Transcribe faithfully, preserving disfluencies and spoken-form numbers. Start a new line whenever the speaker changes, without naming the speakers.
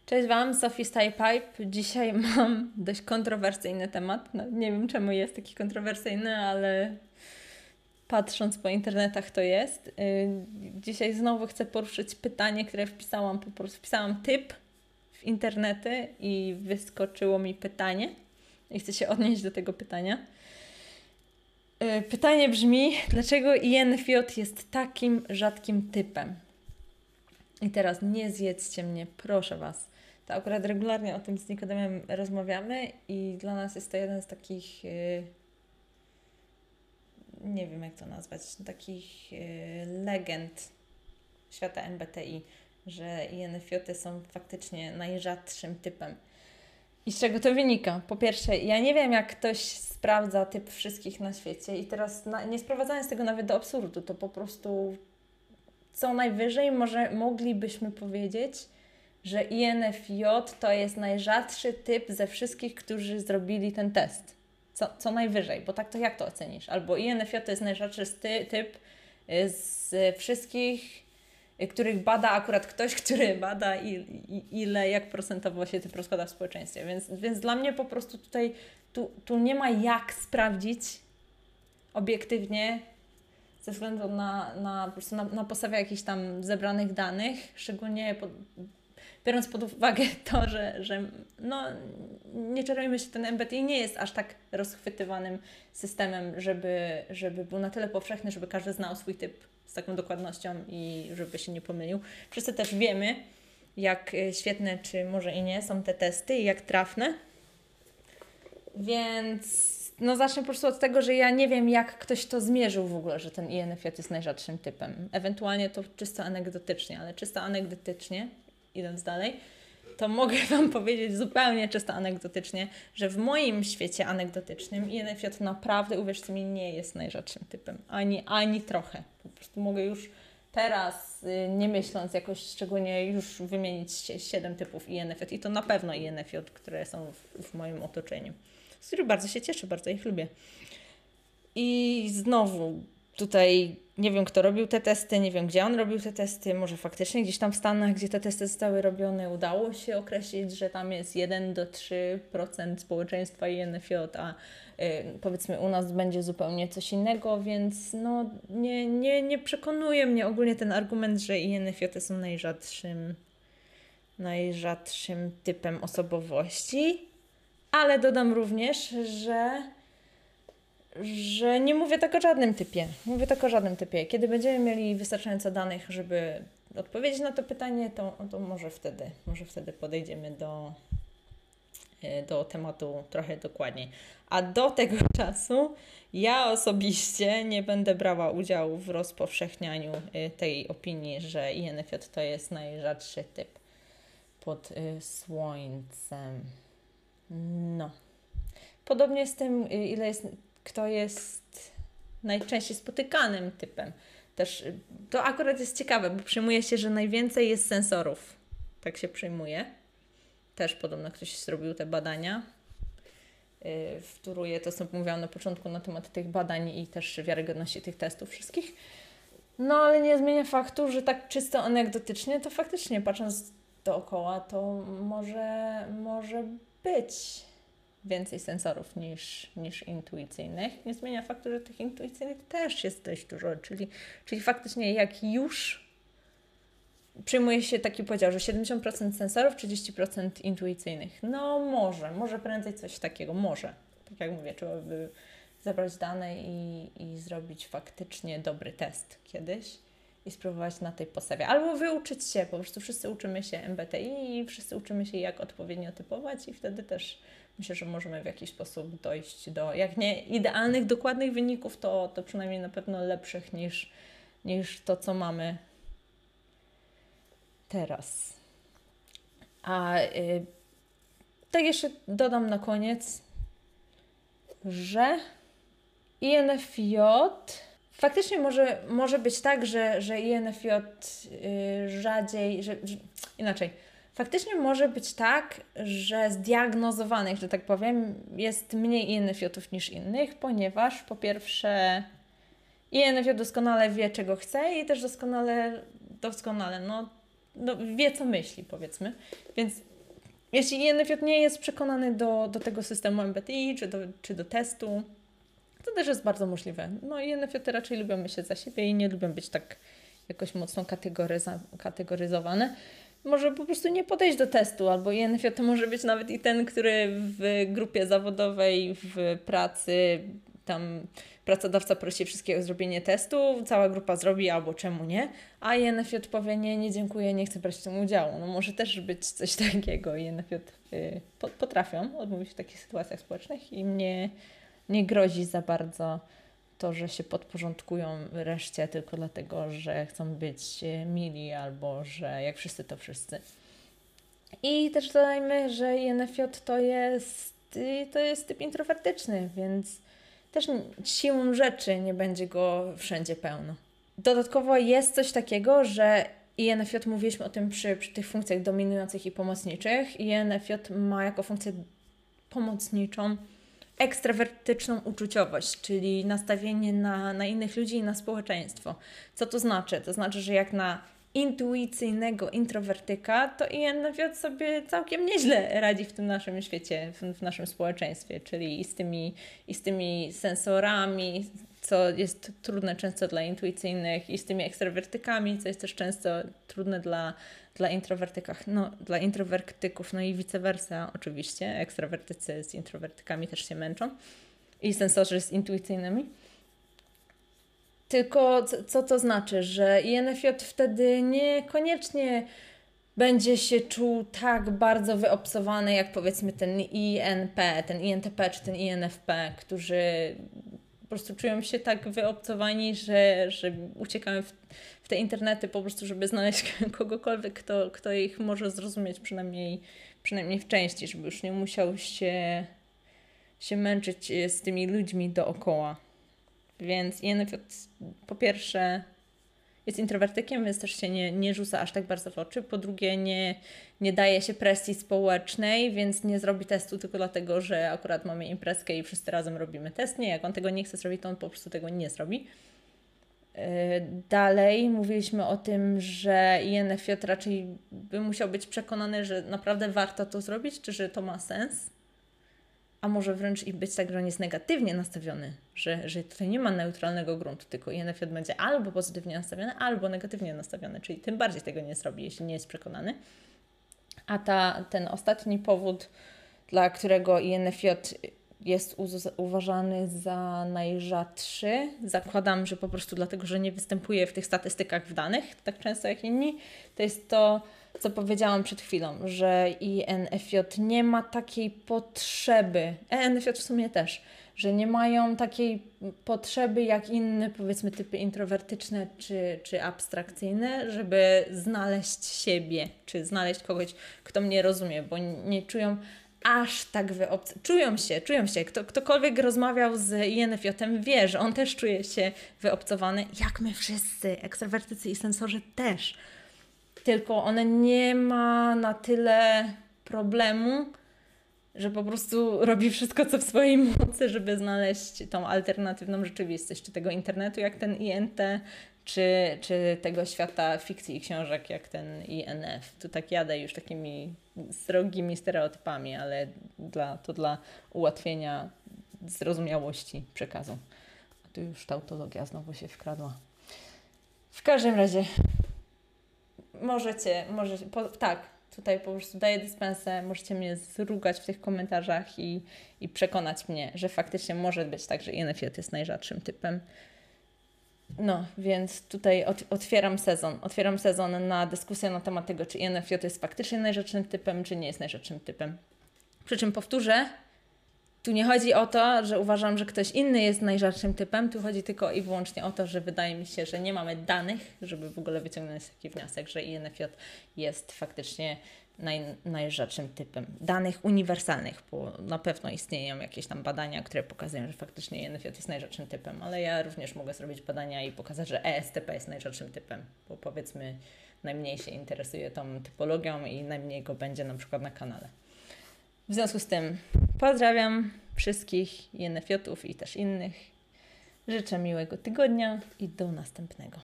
Cześć Wam, Sophie StylePipe. Dzisiaj mam dość kontrowersyjny temat. No, nie wiem czemu jest taki kontrowersyjny, ale patrząc po internetach to jest. Yy, dzisiaj znowu chcę poruszyć pytanie, które wpisałam, po prostu wpisałam typ w internety i wyskoczyło mi pytanie. I chcę się odnieść do tego pytania. Yy, pytanie brzmi, dlaczego I N F J jest takim rzadkim typem? I teraz nie zjedzcie mnie, proszę Was. To akurat regularnie o tym z Nikodemem rozmawiamy i dla nas jest to jeden z takich, yy, nie wiem jak to nazwać, takich yy, legend świata M B T I, że I N F J są faktycznie najrzadszym typem. I z czego to wynika? Po pierwsze, ja nie wiem jak ktoś sprawdza typ wszystkich na świecie i teraz na, nie sprowadzając tego nawet do absurdu, to po prostu co najwyżej może moglibyśmy powiedzieć, że I N F J to jest najrzadszy typ ze wszystkich, którzy zrobili ten test. Co, co najwyżej, bo tak to jak to ocenisz? Albo I N F J to jest najrzadszy ty, typ z wszystkich, których bada akurat ktoś, który bada i, i, ile, jak procentowo się typ rozkłada w społeczeństwie. Więc, więc dla mnie po prostu tutaj tu, tu nie ma jak sprawdzić obiektywnie ze względu na, na, po prostu na, na podstawie jakichś tam zebranych danych, szczególnie pod, biorąc pod uwagę to, że, że no, nie czarujmy się, ten M B T I nie jest aż tak rozchwytywanym systemem, żeby, żeby był na tyle powszechny, żeby każdy znał swój typ z taką dokładnością i żeby się nie pomylił. Wszyscy też wiemy, jak świetne, czy może i nie, są te testy i jak trafne. Więc no zacznę po prostu od tego, że ja nie wiem, jak ktoś to zmierzył w ogóle, że ten I N F J jest najrzadszym typem. Ewentualnie to czysto anegdotycznie, ale czysto anegdotycznie, idąc dalej, to mogę Wam powiedzieć zupełnie czysto anegdotycznie, że w moim świecie anegdotycznym I N F J naprawdę, uwierzcie mi, nie jest najrzadszym typem. Ani, ani trochę. Po prostu mogę już teraz, nie myśląc jakoś szczególnie, już wymienić siedem typów I N F J i to na pewno I N F J, które są w, w moim otoczeniu, z których bardzo się cieszę, bardzo ich lubię. I znowu tutaj nie wiem, kto robił te testy, nie wiem, gdzie on robił te testy, może faktycznie gdzieś tam w Stanach, gdzie te testy zostały robione, udało się określić, że tam jest jeden do trzech procent społeczeństwa I N F J, a y, powiedzmy u nas będzie zupełnie coś innego, więc no nie, nie, nie przekonuje mnie ogólnie ten argument, że I N F J są najrzadszym, najrzadszym typem osobowości. Ale dodam również, że, że nie mówię tak o żadnym typie. Nie mówię tak o żadnym typie. Kiedy będziemy mieli wystarczająco danych, żeby odpowiedzieć na to pytanie, to, to może wtedy, może wtedy podejdziemy do, do tematu trochę dokładniej. A do tego czasu ja osobiście nie będę brała udziału w rozpowszechnianiu tej opinii, że I N F J to jest najrzadszy typ pod słońcem. No. Podobnie z tym, ile jest, kto jest najczęściej spotykanym typem. Też to akurat jest ciekawe, bo przyjmuje się, że najwięcej jest sensorów. Tak się przyjmuje. Też podobno ktoś zrobił te badania. Wtóruję to, co mówiłam na początku na temat tych badań i też wiarygodności tych testów wszystkich. No ale nie zmienia faktu, że tak czysto anegdotycznie, to faktycznie patrząc dookoła, to może, może być więcej sensorów niż, niż intuicyjnych. Nie zmienia faktu, że tych intuicyjnych też jest dość dużo, czyli, czyli faktycznie jak już przyjmuje się taki podział, że siedemdziesiąt procent sensorów, trzydzieści procent intuicyjnych. No może, może prędzej coś takiego, może. Tak jak mówię, trzeba by zebrać dane i, i zrobić faktycznie dobry test kiedyś i spróbować na tej podstawie. Albo wyuczyć się, po prostu wszyscy uczymy się M B T I i wszyscy uczymy się, jak odpowiednio typować i wtedy też myślę, że możemy w jakiś sposób dojść do, jak nie idealnych, dokładnych wyników, to, to przynajmniej na pewno lepszych niż, niż to, co mamy teraz. A yy, tak jeszcze dodam na koniec, że I N F J faktycznie może, może być tak, że, że I N F J yy, rzadziej, że, że inaczej. Faktycznie może być tak, że zdiagnozowanych, że tak powiem, jest mniej I N F J-ów niż innych, ponieważ po pierwsze I N F J doskonale wie, czego chce i też doskonale, doskonale no, no, wie, co myśli, powiedzmy. Więc Jeśli I N F J nie jest przekonany do, do tego systemu M B T I czy do, czy do testu, to też jest bardzo możliwe. No I N F J raczej lubią myśleć za siebie i nie lubią być tak jakoś mocno kategoryza- kategoryzowane. Może po prostu nie podejść do testu, albo I N F J to może być nawet i ten, który w grupie zawodowej, w pracy, tam pracodawca prosi wszystkich o zrobienie testu, cała grupa zrobi, albo czemu nie, a I N F J powie nie, nie dziękuję, nie chcę brać w tym udziału. No może też być coś takiego. I N F J y, potrafią odmówić w takich sytuacjach społecznych i mnie nie grozi za bardzo to, że się podporządkują reszcie tylko dlatego, że chcą być mili albo że jak wszyscy to wszyscy. I też dodajmy, że I N F J to jest, to jest typ introwertyczny, więc też siłą rzeczy nie będzie go wszędzie pełno. Dodatkowo jest coś takiego, że I N F J, mówiliśmy o tym przy, przy tych funkcjach dominujących i pomocniczych, I N F J ma jako funkcję pomocniczą ekstrawertyczną uczuciowość, czyli nastawienie na, na innych ludzi i na społeczeństwo. Co to znaczy? To znaczy, że jak na intuicyjnego introwertyka, to I N F J sobie całkiem nieźle radzi w tym naszym świecie, w, w naszym społeczeństwie, czyli i z tymi, i z tymi sensorami, co jest trudne często dla intuicyjnych, i z tymi ekstrawertykami, co jest też często trudne dla, dla introwertykach, no, dla introwertyków, no i vice versa oczywiście. Ekstrawertycy z introwertykami też się męczą i sensorzy z intuicyjnymi. Tylko co, co to znaczy? Że I N F J wtedy niekoniecznie będzie się czuł tak bardzo wyobcowany jak powiedzmy ten I N P, ten I N T P czy ten I N F P, którzy po prostu czują się tak wyobcowani, że, że uciekają w, w te internety po prostu, żeby znaleźć kogokolwiek, kto, kto ich może zrozumieć przynajmniej, przynajmniej w części, żeby już nie musiał się, się męczyć z tymi ludźmi dookoła. Więc I N F J po pierwsze jest introwertykiem, więc też się nie, nie rzuca aż tak bardzo w oczy. Po drugie nie, nie daje się presji społecznej, więc nie zrobi testu tylko dlatego, że akurat mamy imprezkę i wszyscy razem robimy test. Nie, jak on tego nie chce zrobić, to on po prostu tego nie zrobi. Dalej mówiliśmy o tym, że I N F J raczej by musiał być przekonany, że naprawdę warto to zrobić, czy że to ma sens. A może wręcz i być tak, że on jest negatywnie nastawiony, że, że tutaj nie ma neutralnego gruntu, tylko I N F J będzie albo pozytywnie nastawiony, albo negatywnie nastawiony, czyli tym bardziej tego nie zrobi, jeśli nie jest przekonany. A ta, ten ostatni powód, dla którego I N F J jest uz- uważany za najrzadszy, zakładam, że po prostu dlatego, że nie występuje w tych statystykach w danych tak często jak inni, to jest to, co powiedziałam przed chwilą, że I N F J nie ma takiej potrzeby, E N F J w sumie też, że nie mają takiej potrzeby jak inne, powiedzmy, typy introwertyczne czy, czy abstrakcyjne, żeby znaleźć siebie, czy znaleźć kogoś, kto mnie rozumie, bo nie czują aż tak wyobcowani. Czują się, czują się. Kto, ktokolwiek rozmawiał z I N F J-em wie, że on też czuje się wyobcowany, jak my wszyscy, ekstrawertycy i sensorzy też. Tylko one nie ma na tyle problemu, że po prostu robi wszystko, co w swojej mocy, żeby znaleźć tą alternatywną rzeczywistość, czy tego internetu, jak ten I N T, czy, czy tego świata fikcji i książek, jak ten I N F. Tu tak jadę już takimi srogimi stereotypami, ale dla, to dla ułatwienia zrozumiałości przekazu. A tu już tautologia znowu się wkradła. W każdym razie możecie, możecie po, tak, tutaj po prostu daję dyspensę, możecie mnie zrugać w tych komentarzach i, i przekonać mnie, że faktycznie może być tak, że I N F J jest najrzadszym typem. No, więc tutaj ot- otwieram sezon. Otwieram sezon na dyskusję na temat tego, czy I N F J jest faktycznie najrzadszym typem, czy nie jest najrzadszym typem. Przy czym powtórzę, tu nie chodzi o to, że uważam, że ktoś inny jest najrzadszym typem, tu chodzi tylko i wyłącznie o to, że wydaje mi się, że nie mamy danych, żeby w ogóle wyciągnąć taki wniosek, że I N F J jest faktycznie naj, najrzadszym typem. Danych uniwersalnych, bo na pewno istnieją jakieś tam badania, które pokazują, że faktycznie I N F J jest najrzadszym typem, ale ja również mogę zrobić badania i pokazać, że E S T P jest najrzadszym typem, bo powiedzmy najmniej się interesuje tą typologią i najmniej go będzie na przykład na kanale. W związku z tym pozdrawiam wszystkich I N F J-ów i też innych. Życzę miłego tygodnia i do następnego.